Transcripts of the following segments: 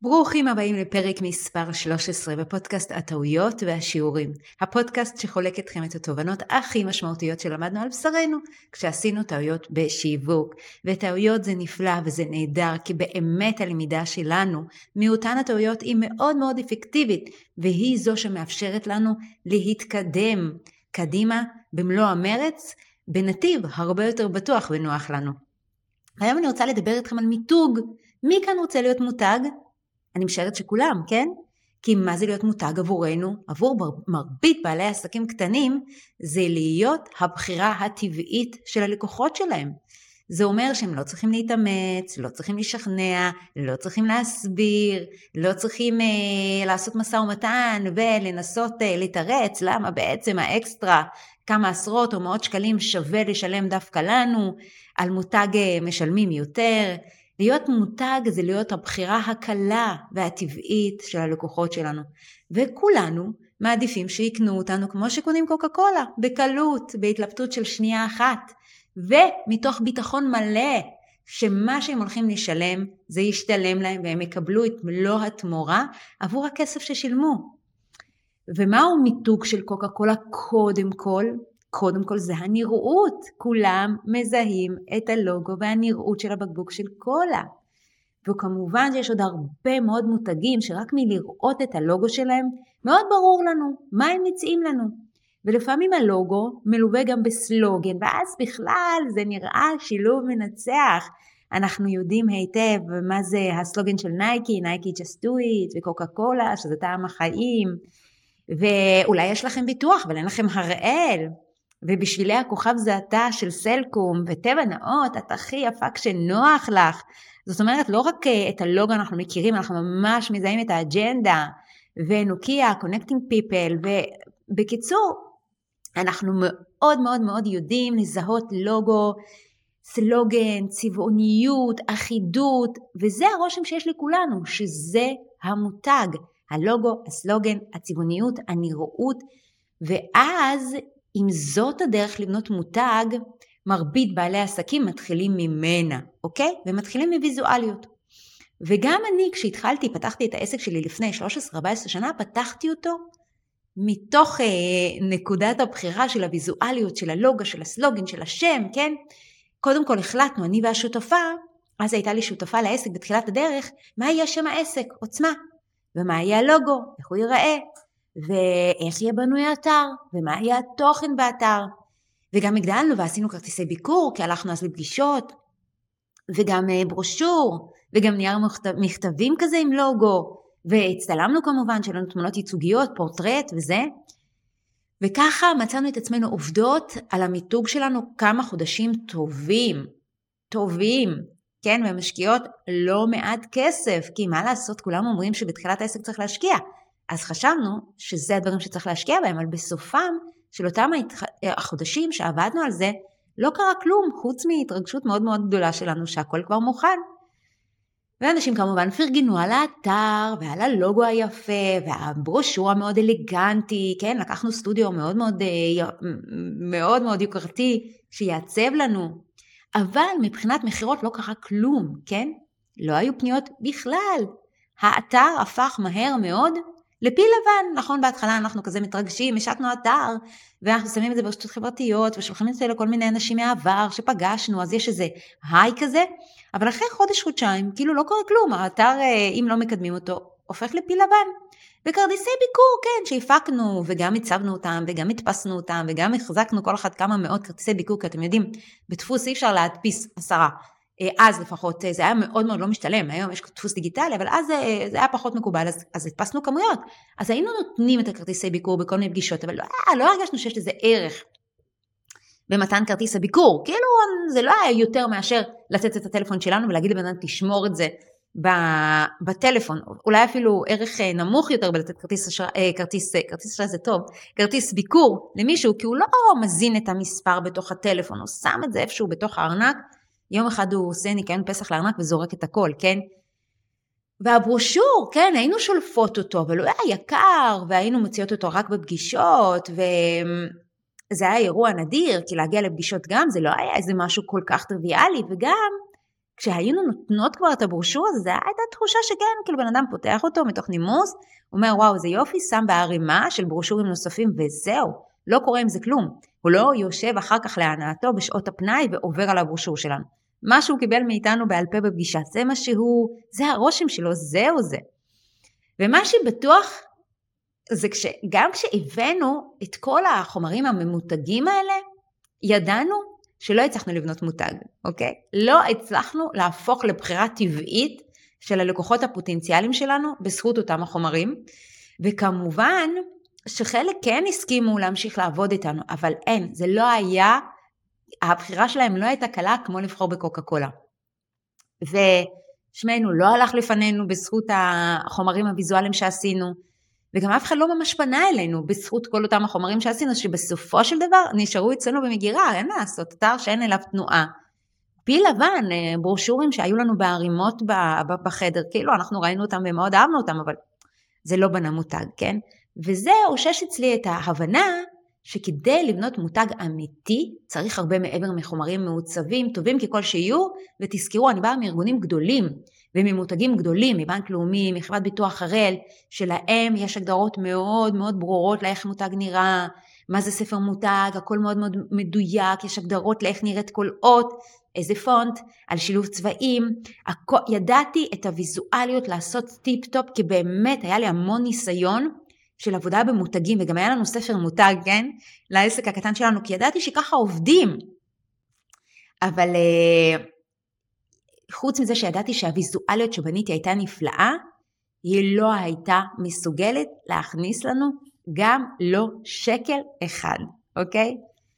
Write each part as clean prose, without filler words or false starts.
ברוכים הבאים לפרק מספר 13 בפודקאסט הטעויות והשיעורים. הפודקאסט שחולק אתכם את התובנות הכי משמעותיות שלמדנו על בשרנו כשעשינו טעויות בשיווק. וטעויות זה נפלא וזה נהדר, כי באמת הלמידה שלנו מאותן הטעויות היא מאוד מאוד אפקטיבית, והיא זו שמאפשרת לנו להתקדם קדימה במלוא המרץ, בנתיב הרבה יותר בטוח ונוח לנו. היום אני רוצה לדבר איתכם על מיתוג. מי כאן רוצה להיות מותג? אני משערת שכולם, כן? כי מה זה להיות מותג עבורנו? עבור מרבית בעלי עסקים קטנים, זה להיות הבחירה הטבעית של הלקוחות שלהם. זה אומר שהם לא צריכים להתאמץ, לא צריכים לשכנע, לא צריכים להסביר, לא צריכים לעשות משא ומתן ולנסות לתרץ למה בעצם האקסטרה כמה עשרות או מאות שקלים שווה לשלם דווקא לנו, על מותג משלמים יותר. להיות מותג זה להיות הבחירה הקלה והטבעית של הלקוחות שלנו. וכולנו מעדיפים שיקנו אותנו כמו שקונים קוקה קולה, בקלות, בהתלבטות של שנייה אחת. ומתוך ביטחון מלא שמה שהם הולכים לשלם זה ישתלם להם והם יקבלו את מלוא התמורה עבור הכסף ששילמו. ומהו מיתוג של קוקה קולה? קודם כל זה הנראות. כולם מזהים את הלוגו והנראות של הבקבוק של קולה. וכמובן שיש עוד הרבה מאוד מותגים שרק מלראות את הלוגו שלהם מאוד ברור לנו מה הם מציעים לנו. ולפעמים הלוגו מלווה גם בסלוגן, ואז בכלל זה נראה שילוב מנצח. אנחנו יודעים היטב מה זה הסלוגן של נייקי just do it, וקוקה קולה שזה טעם החיים. ואולי יש לכם ביטוח אבל אין לכם הראל. ובשבילי הכוכב זה אתה של סלקום, וטבע נאות, את הכי יפה כשנוח לך. זאת אומרת, לא רק את הלוגו אנחנו מכירים, אנחנו ממש מזהים את האג'נדה, ונוקיה, connecting people, ובקיצור, אנחנו מאוד מאוד מאוד יודעים לזהות לוגו, סלוגן, צבעוניות, אחידות, וזה הרושם שיש לכולנו, שזה המותג, הלוגו, הסלוגן, הצבעוניות, הנראות, ואז אם זאת הדרך לבנות מותג, מרבית בעלי עסקים מתחילים ממנה, אוקיי? ומתחילים מוויזואליות. וגם אני כשהתחלתי, פתחתי את העסק שלי לפני 13-14 שנה, פתחתי אותו מתוך נקודת הבחירה של הוויזואליות, של הלוגו, של הסלוגן, של השם, כן? קודם כל החלטנו, אני והשותפה, אז הייתה לי שותפה לעסק בתחילת הדרך, מה יהיה שם העסק? עוצמה. ומה יהיה הלוגו? איך הוא ייראה? ואיך יהיה בנוי האתר, ומה יהיה התוכן באתר. וגם הגדלנו ועשינו כרטיסי ביקור, כי הלכנו אז לפגישות, וגם ברושור, וגם נייר מכתבים כזה עם לוגו, והצטלמנו כמובן, שלנו תמונות ייצוגיות, פורטרט וזה. וככה מצאנו את עצמנו עובדות על המיתוג שלנו כמה חודשים טובים, כן, ומשקיעות לא מעט כסף, כי מה לעשות, כולם אומרים שבתחילת העסק צריך להשקיע, אז חשבנו שזה הדברים שצריך להשקיע בהם, אבל בסופם של אותם החודשים שעבדנו על זה, לא קרה כלום, חוץ מהתרגשות מאוד מאוד גדולה שלנו שהכל כבר מוכן. ואנשים כמובן פרגנו על האתר ועל הלוגו היפה והברושור המאוד אלגנטי, כן, לקחנו סטודיו מאוד מאוד יוקרתי שיעצב לנו, אבל מבחינת מחירות לא קרה כלום, כן? לא היו פניות בכלל. האתר הפך מהר מאוד לפיל לבן. נכון, בהתחלה אנחנו כזה מתרגשים, השקנו אתר, ואנחנו שמים את זה ברשתות חברתיות, ושולחים את זה לכל מיני אנשים מהעבר שפגשנו, אז יש איזה היי כזה, אבל אחרי חודש-חודשיים, כאילו לא קורה כלום, האתר, אם לא מקדמים אותו, הופך לפיל לבן. וכרטיסי ביקור, כן, שהפקנו, וגם הצבנו אותם, וגם הדפסנו אותם, וגם החזקנו כל אחד כמה מאות כרטיסי ביקור, כי אתם יודעים, בדפוס אי אפשר להדפיס 10. אז לפחות זה היה מאוד מאוד לא משתלם, היום יש דפוס דיגיטלי, אבל אז זה היה פחות מקובל, אז הדפסנו כמויות. אז היינו נותנים את הכרטיסי ביקור בכל מיני פגישות, אבל לא הרגשנו שיש לזה ערך במתן כרטיס הביקור. כאילו זה לא היה יותר מאשר לתת את הטלפון שלנו ולהגיד לבן אדם תשמור את זה בטלפון, אולי אפילו ערך נמוך יותר בלתת כרטיס זה טוב, כרטיס ביקור למישהו, כי הוא לא מזין את המספר בתוך הטלפון, הוא שם את זה איפשהו בתוך הארנק, יום אחד הוא עושה ניקיון פסח לארנק וזורק את הכל, כן? והברושור, כן, היינו שולפות אותו, אבל הוא היה יקר, והיינו מוציאות אותו רק בפגישות, וזה היה אירוע נדיר, כי להגיע לפגישות גם, זה לא היה איזה משהו כל כך טריוויאלי, וגם כשהיינו נותנות כבר את הברושור הזה, הייתה תחושה שכן, כאילו בן אדם פותח אותו מתוך נימוס, אומר וואו זה יופי, שם בערימה של ברושורים נוספים וזהו, לא קורה עם זה כלום. הוא לא יושב אחר כך להנאתו בשעות הפנאי ועובר על הברושור שלנו. מה שהוא קיבל מאיתנו בעל פה בפגישה, זה מה שהוא, זה הרושם שלו, זהו זה. ומה שבטוח, זה גם כשהבאנו את כל החומרים הממותגים האלה, ידענו שלא הצלחנו לבנות מותג, אוקיי? לא הצלחנו להפוך לבחירה טבעית של הלקוחות הפוטנציאליים שלנו בזכות אותם החומרים, וכמובן שחלק כן הסכימו להמשיך לעבוד איתנו, אבל אין, זה לא היה, הבחירה שלהם לא הייתה קלה כמו לבחור בקוקה קולה. ושמנו לא הלך לפנינו בזכות החומרים הוויזואליים שעשינו, וגם אף אחד לא ממש פנה אלינו בזכות כל אותם החומרים שעשינו, שבסופו של דבר נשארו אצלנו במגירה, אין לעשות, אתר שאין אליו תנועה. פיל לבן, ברושורים שהיו לנו בערימות בחדר, כאילו אנחנו ראינו אותם ומאוד אהבנו אותם, אבל זה לא בנה מותג, כן? וזה הושש אצלי את ההבנה שכדי לבנות מותג אמיתי, צריך הרבה מעבר מחומרים מעוצבים, טובים ככל שיהיו, ותזכרו, אני באה מארגונים גדולים, וממותגים גדולים, מבנק לאומי, מחברת ביטוח הראל, שלהם יש הגדרות מאוד מאוד ברורות לאיך מותג נראה, מה זה ספר מותג, הכל מאוד מאוד מדויק, יש הגדרות לאיך נראית כל אות, איזה פונט, על שילוב צבעים, ידעתי את הוויזואליות לעשות טיפ-טופ, כי באמת היה לי המון ניסיון של עבודה במותגים, וגם היה לנו ספר מותג, כן? לעסק הקטן שלנו, כי ידעתי שככה עובדים. אבל חוץ מזה שידעתי שהוויזואליות שבניתי הייתה נפלאה, היא לא הייתה מסוגלת להכניס לנו גם לא שקל אחד, אוקיי?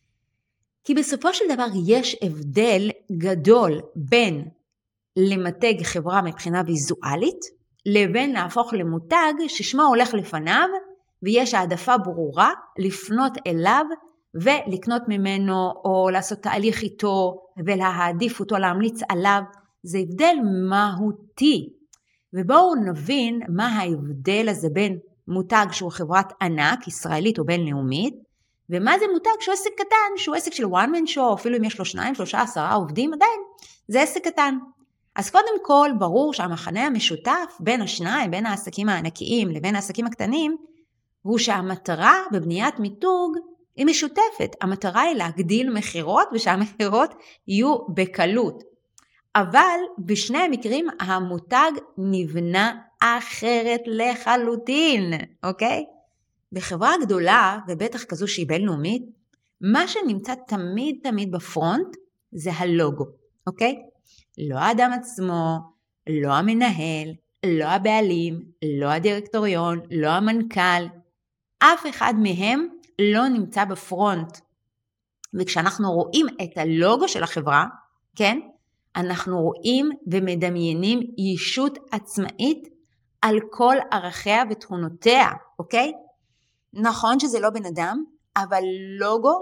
כי בסופו של דבר יש הבדל גדול בין למתג חברה מבחינה ויזואלית, לבין להפוך למותג ששמו הולך לפניו, ויש העדפה ברורה לפנות אליו ולקנות ממנו, או לעשות תהליך איתו ולהעדיף אותו, להמליץ עליו. זה הבדל מהותי. ובואו נבין מה ההבדל הזה בין מותג שהוא חברת ענק, ישראלית או בינלאומית, ומה זה מותג שהוא עסק קטן, שהוא עסק של one man show, אפילו אם יש לו 2, 3, 10 עובדים, עדיין זה עסק קטן. אז קודם כל ברור שהמחנה המשותף בין השניים, בין העסקים הענקיים לבין העסקים הקטנים, הוא שהמטרה בבניית מיתוג היא משותפת. המטרה היא להגדיל מחירות ושהמחירות יהיו בקלות. אבל בשני המקרים המותג נבנה אחרת לחלוטין, אוקיי? בחברה גדולה, ובטח כזו שהיא בינלאומית, מה שנמצא תמיד תמיד בפרונט זה הלוגו, אוקיי? לא האדם עצמו, לא המנהל, לא הבעלים, לא הדירקטוריון, לא המנכ"ל, אף אחד מהם לא נמצא בפרונט. וכשאנחנו רואים את הלוגו של החברה, כן? אנחנו רואים ומדמיינים ישות עצמאית על כל ערכיה ותכונותיה, אוקיי? נכון שזה לא בן אדם, אבל לוגו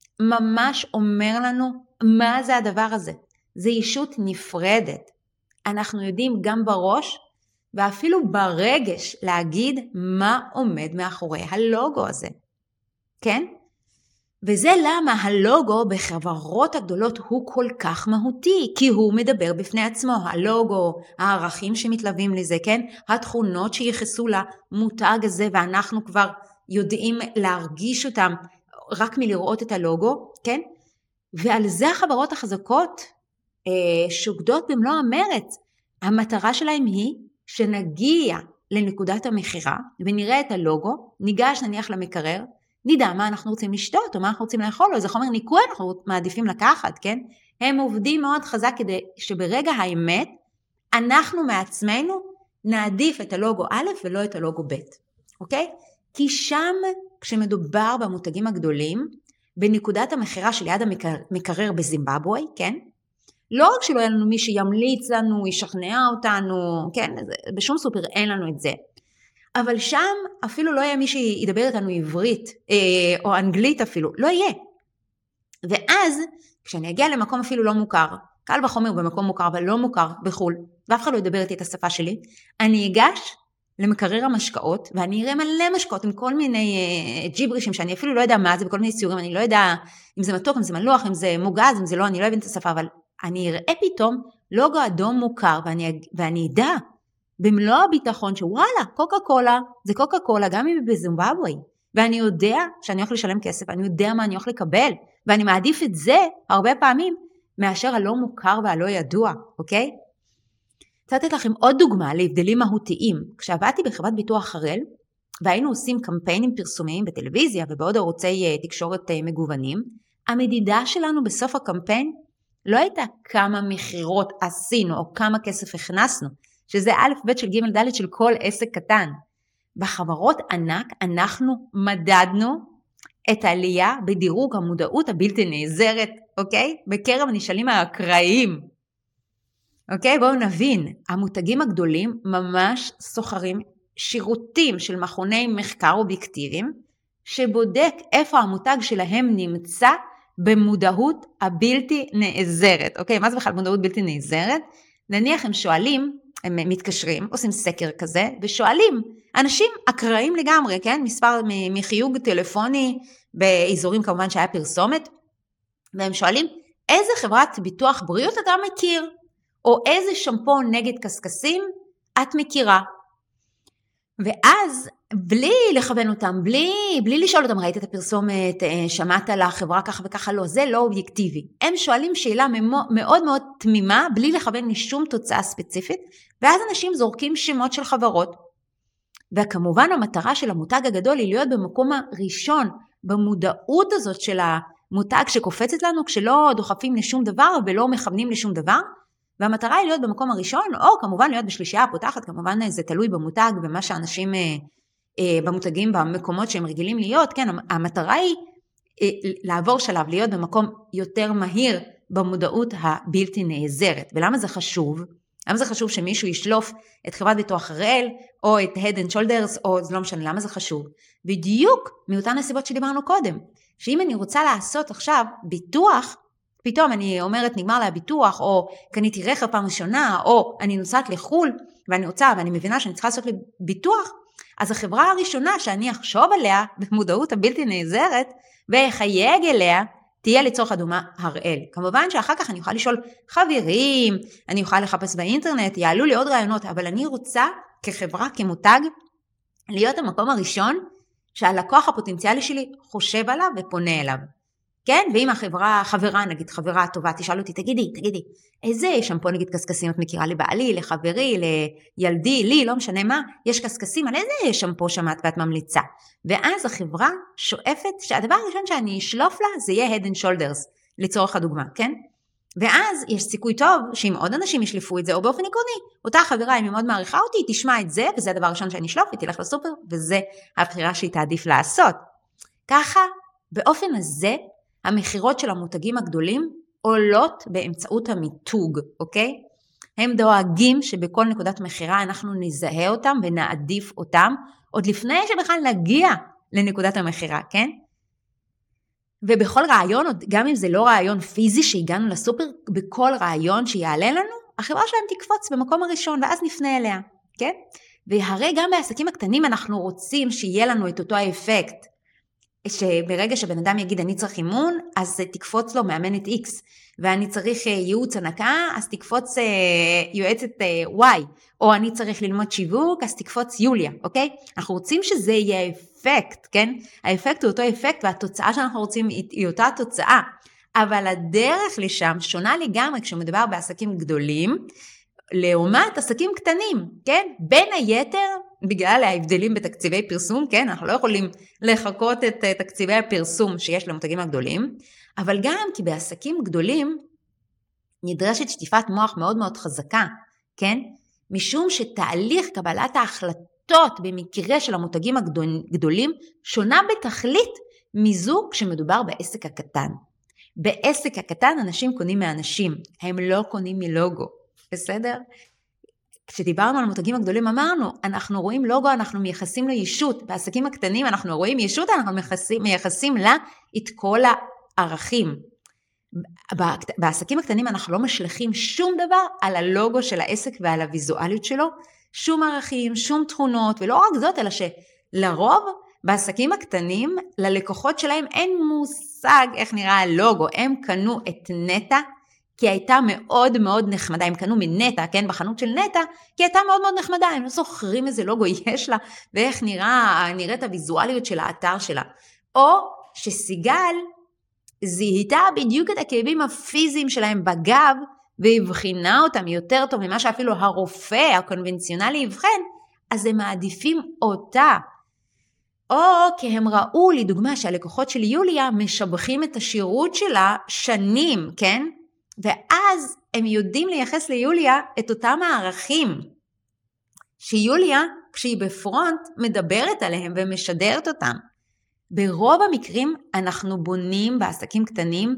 ממש אומר לנו מה זה הדבר הזה. זה ישות נפרדת. אנחנו יודעים גם בראש ואפילו ברגש להגיד מה עומד מאחורי הלוגו הזה. כן? וזה למה הלוגו בחברות הגדולות הוא כל כך מהותי, כי הוא מדבר בפני עצמו, הלוגו, הערכים שמתלווים לזה, כן? התכונות שיחסו למותג הזה, ואנחנו כבר יודעים להרגיש אותם רק מלראות את הלוגו, כן? ועל זה החברות החזקות שוקדות במלוא המרץ. המטרה שלהם היא שנגיע לנקודת המחירה, ונראה את הלוגו, ניגש נניח למקרר, נדע מה אנחנו רוצים לשתות, או מה אנחנו רוצים לאכול, או איזה חומר ניקוי אנחנו מעדיפים לקחת, כן? הם עובדים מאוד חזק כדי שברגע האמת, אנחנו מעצמנו נעדיף את הלוגו א' ולא את הלוגו ב', אוקיי? כי שם, כשמדובר במותגים הגדולים, בנקודת המחירה של יד המקרר בזימבבואה, כן? לא רק שלא יהיה לנו מי שימליץ לנו, ישכנע אותנו, כן? בשום סופר אין לנו את זה. אבל שם אפילו לא יהיה מי שידבר איתנו עברית, או אנגלית אפילו, לא יהיה. ואז, כשאני אגיע למקום אפילו לא מוכר, קל וחומר במקום מוכר, אבל לא מוכר בחול, ואף אחד לא ידבר איתי את השפה שלי, אני אגש למקרר המשקאות, ואני אראה מלא משקאות עם כל מיני ג'יברישים, שאני אפילו לא יודע מה זה, בכל מיני ציורים, אני לא יודע אם זה מתוק, אם זה מלוח, אם זה מוגז, אם זה לא, אני לא אבין את השפה, אבל אני אראה פתאום לוגו אדום מוכר, ואני אדע במלוא הביטחון שוואלה, קוקה קולה, זה קוקה קולה, גם אם היא בזימבבואה, ואני יודע שאני הולך לשלם כסף, אני יודע מה אני הולך לקבל, ואני מעדיף את זה הרבה פעמים, מאשר הלא מוכר והלא ידוע, אוקיי? רוצה לתת לכם עוד דוגמה להבדלים מהותיים. כשעבדתי בחברת ביטוח הראל, והיינו עושים קמפיינים פרסומיים בטלוויזיה ובעוד ערוצי תקשורת מגוונים, המדידה שלנו בסוף הקמפיין לא הייתה כמה מחירות עשינו או כמה כסף הכנסנו, שזה א' ב' של ג' ד' של כל עסק קטן. בחברות ענק אנחנו מדדנו את העלייה בדירוג המודעות הבלתי נעזרת, אוקיי? בקרב הנשאלים האקראיים. אוקיי, בואו נבין, המותגים הגדולים ממש סוחרים שירותים של מכוני מחקר אובייקטיביים, שבודק איפה המותג שלהם נמצא במודעות הבלתי נעזרת. אוקיי, מה זה בכלל מודעות בלתי נעזרת? נניח הם שואלים, הם מתקשרים, עושים סקר כזה, ושואלים, אנשים אקראיים לגמרי, כן? מספר מחיוג טלפוני, באזורים כמובן שהיה פרסומת, והם שואלים, איזה חברת ביטוח בריאות אתה מכיר? או איזה שמפו נגד קסקסים את מכירה? ואז בלי לכוון אותם, בלי לשאול אותם, ראית את הפרסומת, שמעת על החברה ככה וככה, לא, זה לא אובייקטיבי. הם שואלים שאלה מאוד מאוד תמימה, בלי לכוון לשום תוצאה ספציפית, ואז אנשים זורקים שמות של חברות. וכמובן המטרה של המותג הגדול היא להיות במקום הראשון, במודעות הזאת של המותג שקופצת לנו, כשלא דוחפים לשום דבר ולא מכוונים לשום דבר, והמטרה היא להיות במקום הראשון, או כמובן להיות בשלישייה הפותחת, כמובן זה תלוי במותג, במה שאנשים במותגים, במקומות שהם רגילים להיות, כן, המטרה היא לעבור שלב, להיות במקום יותר מהיר, במודעות הבלתי נעזרת. ולמה זה חשוב? למה זה חשוב שמישהו ישלוף את חברת ביטוח הראל, או את Head and Shoulders, או זה לא משנה, למה זה חשוב? בדיוק מאותן הסיבות שדיברנו קודם, שאם אני רוצה לעשות עכשיו ביטוח, פתאום אני אומרת נגמר לה הביטוח, או קניתי רכב פעם ראשונה, או אני נוסעת לחול, ואני רוצה, ואני מבינה שאני צריכה לעשות לי ביטוח, אז החברה הראשונה שאני אחשוב עליה, במודעות הבלתי נעזרת, וחייג אליה, תהיה לצורך הדוגמה הראל. כמובן שאחר כך אני אוכל לשאול חברים, אני אוכל לחפש באינטרנט, יעלו לי עוד רעיונות, אבל אני רוצה כחברה, כמותג, להיות המקום הראשון, שהלקוח הפוטנציאלי שלי חושב עליו ופונה אליו. כן? ואם חברה, נגיד חברה טובה, תשאל אותי, תגידי, איזה שמפו נגיד קסקסים את מכירה לבעלי, לחברי, לילדי, לי, לא משנה מה, יש קסקסים, על איזה שמפו שמעת ואת ממליצה? ואז החברה שואפת שהדבר הראשון שאני אשלוף לה, זה יהיה Head and Shoulders, לצורך הדוגמה, כן? ואז יש סיכוי טוב שאם עוד אנשים ישלפו את זה, או באופן עקרוני, אותה חברה, אם היא מאוד מעריכה אותי, תשמע את זה, וזה הדבר הראשון שאני אשלוף, היא תלך לסופר, וזה הבחירה שהיא תעדיף לעשות. ככה, באופן הזה, המחירות של המותגים הגדולים עולות באמצעות המיתוג, אוקיי? הם דואגים שבכל נקודת מחירה אנחנו נזהה אותם ונעדיף אותם, עוד לפני שבכלל נגיע לנקודת המחירה, כן? ובכל רעיון, גם אם זה לא רעיון פיזי שהגענו לסופר, בכל רעיון שיעלה לנו, החברה שלהם תקפוץ במקום הראשון, ואז נפנה אליה, כן? והרי גם בעסקים הקטנים אנחנו רוצים שיהיה לנו את אותו האפקט, שברגע שבן אדם יגיד אני צריך אימון, אז תקפוץ לו מאמנת X, ואני צריך ייעוץ הנקה, אז תקפוץ יועצת Y, או אני צריך ללמוד שיווק, אז תקפוץ יוליה, אוקיי? אנחנו רוצים שזה יהיה אפקט, כן? האפקט הוא אותו אפקט, והתוצאה שאנחנו רוצים היא אותה תוצאה, אבל הדרך לשם שונה לגמרי כשמדובר בעסקים גדולים, לעומת עסקים קטנים, כן? בין היתר, בגלל ההבדלים בתקציבי פרסום, כן? אנחנו לא יכולים לחכות את תקציבי הפרסום שיש למותגים הגדולים, אבל גם כי בעסקים גדולים נדרשת שטיפת מוח מאוד מאוד חזקה, כן? משום שתהליך קבלת ההחלטות במקרה של המותגים הגדולים שונה בתכלית מזו כשמדובר בעסק הקטן. בעסק הקטן אנשים קונים מאנשים, הם לא קונים מלוגו. בסדר? כשדיברנו על המותגים הגדולים אמרנו, אנחנו רואים לוגו, אנחנו מייחסים לישות, בעסקים הקטנים אנחנו רואים ישות, אנחנו מייחסים לה את כל הערכים. בעסקים הקטנים אנחנו לא משלחים שום דבר על הלוגו של העסק ועל הוויזואליות שלו, שום ערכים, שום תכונות, ולא רק זאת, אלא שלרוב בעסקים הקטנים, ללקוחות שלהם אין מושג איך נראה הלוגו, הם קנו את נטע, כי הייתה מאוד מאוד נחמדה, הם קנו מנטה, כן, בחנות של נטה, כי הייתה מאוד מאוד נחמדה, הם לא זוכרים איזה לוגו יש לה, ואיך נראית הוויזואליות של האתר שלה. או שסיגל זיהתה בדיוק את הכאבים הפיזיים שלהם בגב, והבחינה אותם יותר טוב ממה שאפילו הרופא הקונבנציונלי יבחן, אז הם מעדיפים אותה. או כי הם ראו לדוגמה שהלקוחות של יוליה משבחים את השירות שלה שנים, כן? ואז הם יודעים לייחס ליוליה את אותם הערכים, שיוליה כשהיא בפרונט מדברת עליהם ומשדרת אותם. ברוב המקרים אנחנו בונים בעסקים קטנים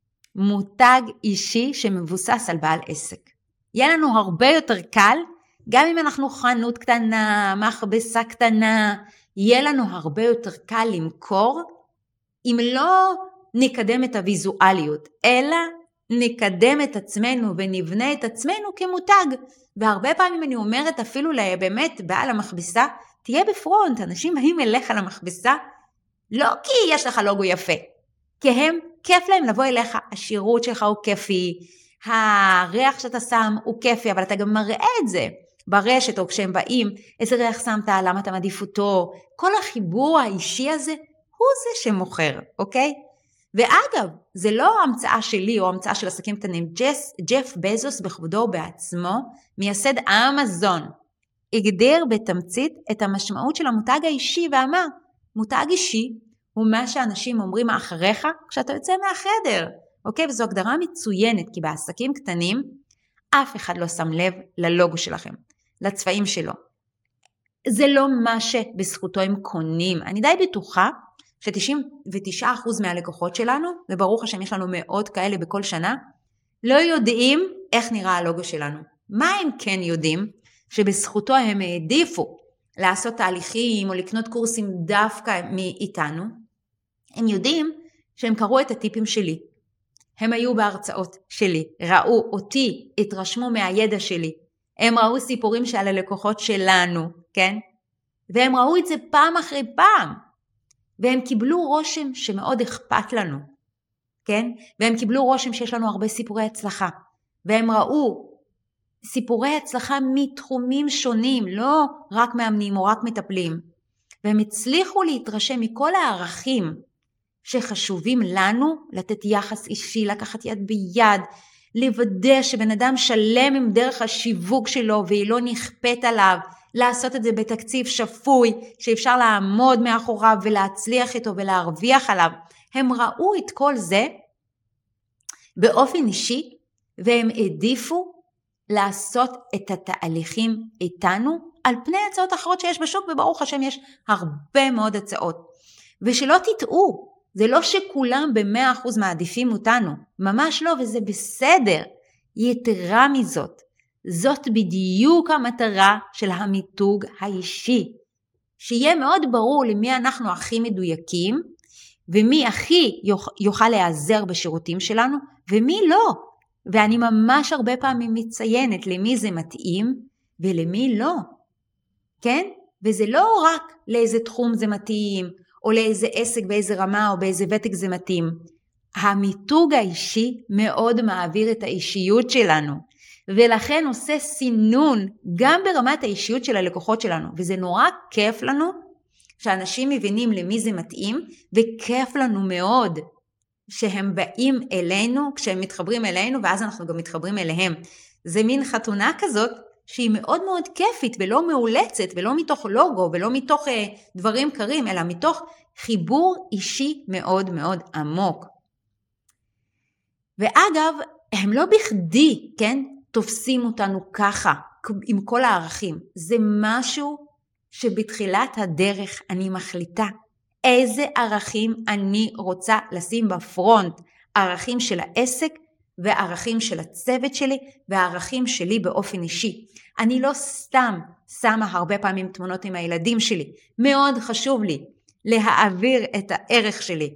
מותג אישי שמבוסס על בעל עסק. יהיה לנו הרבה יותר קל, גם אם אנחנו חנות קטנה, מכבסה קטנה, יהיה לנו הרבה יותר קל למכור, אם לא נקדם את הוויזואליות, אלא נקדם את עצמנו ונבנה את עצמנו כמותג. והרבה פעמים אני אומרת אפילו באמת בעל המכבסה, תהיה בפרונט, אנשים באים אליך למכבסה, לא כי יש לך לוגו יפה, כי הם כיף להם לבוא אליך, השירות שלך הוא כיפי, הריח שאתה שם הוא כיפי, אבל אתה גם מראה את זה ברשת, או כשהם באים, איזה ריח שמת, למה אתה מעדיף אותו, כל החיבור האישי הזה, הוא זה שמוכר, אוקיי? ואגב, זה לא המצאה שלי, או המצאה של עסקים קטנים, ג'ף בזוס בכבודו בעצמו, מייסד אמזון, הגדיר בתמצית את המשמעות של המותג האישי, ואמר, מותג אישי הוא מה שאנשים אומרים אחריך כשאתה יוצא מהחדר, אוקיי? וזו הגדרה מצוינת, כי בעסקים קטנים אף אחד לא שם לב ללוגו שלכם, לצבעים שלו. זה לא מה שבזכותו הם קונים. אני די בטוחה ש99% מהלקוחות שלנו, וברוך השם יש לנו מאות כאלה בכל שנה, לא יודעים איך נראה הלוגו שלנו. מה הם כן יודעים? שבזכותו הם העדיפו לעשות תהליכים או לקנות קורסים דווקא מאיתנו. הם יודעים שהם קראו את הטיפים שלי. הם היו בהרצאות שלי, ראו אותי, התרשמו מהידע שלי. הם ראו סיפורים של הלקוחות שלנו, כן? והם ראו את זה פעם אחרי פעם. והם קיבלו רושם שמאוד אכפת לנו, כן? והם קיבלו רושם שיש לנו הרבה סיפורי הצלחה. והם ראו סיפורי הצלחה מתחומים שונים, לא רק מאמנים או רק מטפלים. והם הצליחו להתרשם מכל הערכים שחשובים לנו, לתת יחס אישי, לקחת יד ביד, לוודא שבן אדם שלם עם דרך השיווק שלו והיא לא נכפת עליו, לעשות את זה בתקציב שפוי, שאפשר לעמוד מאחוריו ולהצליח איתו ולהרוויח עליו. הם ראו את כל זה באופן אישי, והם העדיפו לעשות את התהליכים איתנו, על פני הצעות אחרות שיש בשוק, וברוך השם יש הרבה מאוד הצעות. ושלא תטעו, זה לא שכולם ב100% מעדיפים אותנו, ממש לא, וזה בסדר. יתרה מזאת, זאת בדיוק המטרה של המיתוג האישי, שיהיה מאוד ברור למי אנחנו הכי מדויקים, ומי הכי יוכל להיעזר בשירותים שלנו, ומי לא. ואני ממש הרבה פעמים מציינת למי זה מתאים, ולמי לא. כן? וזה לא רק לאיזה תחום זה מתאים, או לאיזה עסק באיזה רמה, או באיזה ותק זה מתאים. המיתוג האישי מאוד מעביר את האישיות שלנו, ולכן עושה סינון גם ברמת האישיות של הלקוחות שלנו, וזה נורא כיף לנו שאנשים מבינים למי זה מתאים, וכיף לנו מאוד שהם באים אלינו, כשהם מתחברים אלינו, ואז אנחנו גם מתחברים אליהם. זה מין חתונה כזאת שהיא מאוד מאוד כיפית ולא מאולצת, ולא מתוך לוגו, ולא מתוך דברים קרים, אלא מתוך חיבור אישי מאוד מאוד עמוק. ואגב, הם לא בכדי, כן, תופסים אותנו ככה, עם כל הערכים. זה משהו שבתחילת הדרך אני מחליטה איזה ערכים אני רוצה לשים בפרונט, ערכים של העסק וערכים של הצוות שלי והערכים שלי באופן אישי. אני לא סתם שמה הרבה פעמים תמונות עם הילדים שלי, מאוד חשוב לי להעביר את הערך שלי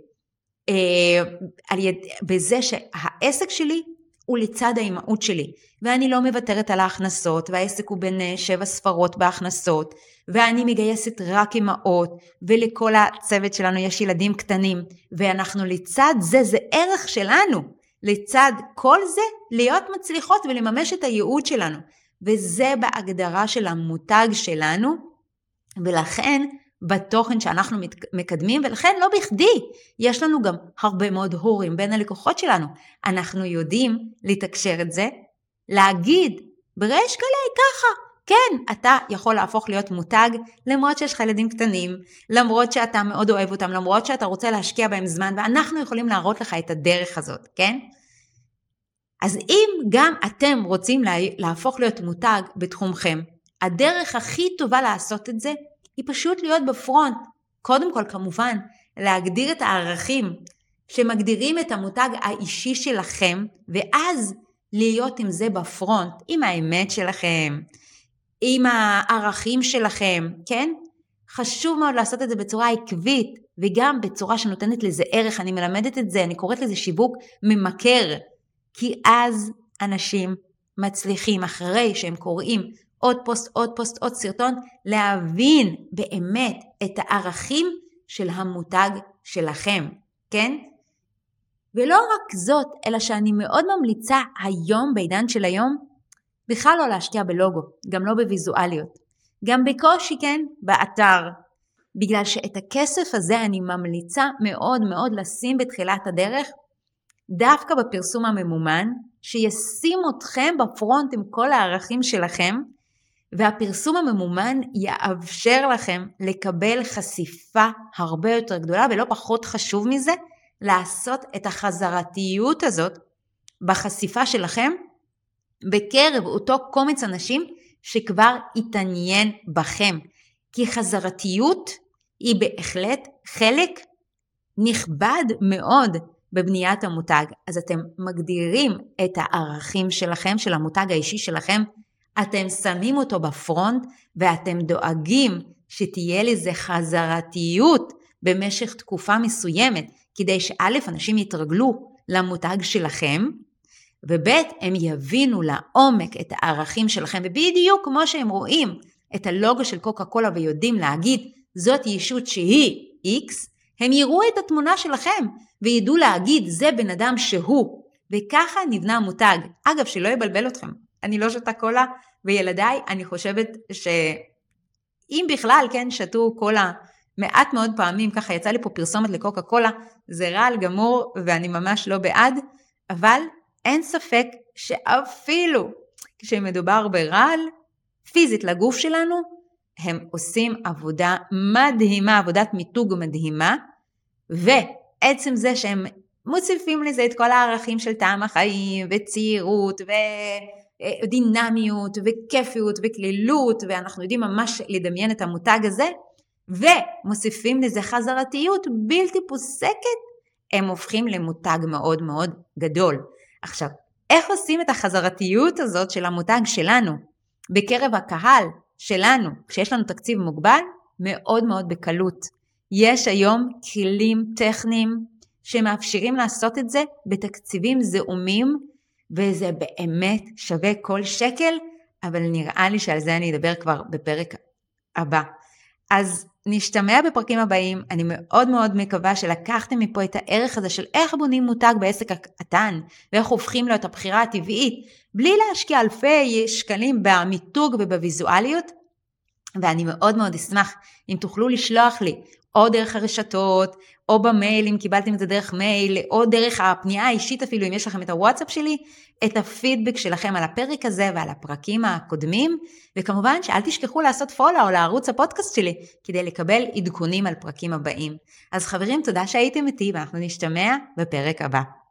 בזה שהעסק שלי הוא לצד האימהות שלי, ואני לא מוותרת על ההכנסות, והעסק הוא בין 7 ספרות בהכנסות, ואני מגייסת רק אימהות, ולכל הצוות שלנו יש ילדים קטנים, ואנחנו לצד זה, זה ערך שלנו, לצד כל זה להיות מצליחות ולממש את הייעוד שלנו. וזה בהגדרה של המותג שלנו, ולכן בתוכן שאנחנו מקדמים, ולכן לא בכדי, יש לנו גם הרבה מאוד הורים בין הלקוחות שלנו. אנחנו יודעים לתקשר את זה, להגיד בריש גלי ככה, כן, אתה יכול להפוך להיות מותג, למרות שיש לך ילדים קטנים, למרות שאתה מאוד אוהב אותם, למרות שאתה רוצה להשקיע בהם זמן, ואנחנו יכולים להראות לך את הדרך הזאת, כן? אז אם גם אתם רוצים להפוך להיות מותג בתחומכם, הדרך הכי טובה לעשות את זה, היא פשוט להיות בפרונט. קודם כל, כמובן, להגדיר את הערכים שמגדירים את המותג האישי שלכם, ואז להיות עם זה בפרונט, עם האמת שלכם, עם הערכים שלכם, כן? חשוב מאוד לעשות את זה בצורה עקבית, וגם בצורה שנותנת לזה ערך. אני מלמדת את זה, אני קוראת לזה שיווק ממכר, כי אז אנשים מצליחים אחרי שהם קוראים עוד פוסט, עוד פוסט, עוד סרטון, להבין באמת את הערכים של המותג שלכם, כן? ולא רק זאת, אלא שאני מאוד ממליצה היום, בעידן של היום, בכלל לא להשקיע בלוגו, גם לא בוויזואליות, גם בקושי, כן, באתר, בגלל שאת הכסף הזה אני ממליצה מאוד מאוד לשים בתחילת הדרך, דווקא בפרסום הממומן, שישים אתכם בפרונט עם כל הערכים שלכם, והפרסום הממומן יאפשר לכם לקבל חשיפה הרבה יותר גדולה, ולא פחות חשוב מזה, לעשות את החזרתיות הזאת בחשיפה שלכם, בקרב אותו קומץ אנשים שכבר התעניין בכם. כי חזרתיות היא בהחלט חלק נכבד מאוד בבניית המותג. אז אתם מגדירים את הערכים שלכם, של המותג האישי שלכם, אתם שמים אותו בפרונט, ואתם דואגים שתהיה לזה חזרתיות במשך תקופה מסוימת, כדי שא' אנשים יתרגלו למותג שלכם, וב' הם יבינו לעומק את הערכים שלכם, ובדיוק כמו שהם רואים את הלוגו של קוקה קולה ויודעים להגיד, זאת ישות שהיא X, הם יראו את התמונה שלכם, וידעו להגיד, זה בן אדם שהוא, וככה נבנה המותג. אגב, שלא יבלבל אתכם, אני לא שותה קולה, וילדיי, אני חושבת שאם בכלל, כן, שתו קולה מעט מאוד פעמים, ככה יצא לי פה פרסומת לקוקה קולה, זה רעל גמור, ואני ממש לא בעד, אבל אין ספק שאפילו כשמדובר ברעל, פיזית לגוף שלנו, הם עושים עבודה מדהימה, עבודת מיתוג מדהימה, ועצם זה שהם מוסיפים לזה את כל הערכים של טעם החיים, וצעירות, ודינמיות, וכיפיות, וכלילות, ואנחנו יודעים ממש לדמיין את המותג הזה, ומוסיפים לזה חזרתיות בלתי פוסקת, הם הופכים למותג מאוד מאוד גדול. עכשיו, איך עושים את החזרתיות הזאת של המותג שלנו, בקרב הקהל שלנו, כשיש לנו תקציב מוגבל? מאוד מאוד בקלות. יש היום כלים טכניים שמאפשרים לעשות את זה בתקציבים זעומים, וזה באמת שווה כל שקל, אבל נראה לי שעל זה אני אדבר כבר בפרק הבא. אז נשתמע בפרקים הבאים. אני מאוד מאוד מקווה שלקחתם מפה את הערך הזה של איך בונים מותג בעסק הקטן, ואיך הופכים לו את הבחירה הטבעית, בלי להשקיע אלפי שקלים במיתוג ובוויזואליות. ואני מאוד מאוד אשמח אם תוכלו לשלוח לי, או דרך הרשתות, או במייל, אם קיבלתם את זה דרך מייל, או דרך הפנייה האישית אפילו, אם יש לכם את הוואטסאפ שלי, את הפידבק שלכם על הפרק הזה ועל הפרקים הקודמים, וכמובן שאל תשכחו לעשות פולו לערוץ הפודקאסט שלי, כדי לקבל עדכונים על פרקים הבאים. אז חברים, תודה שהייתם איתי, ואנחנו נשתמע בפרק הבא.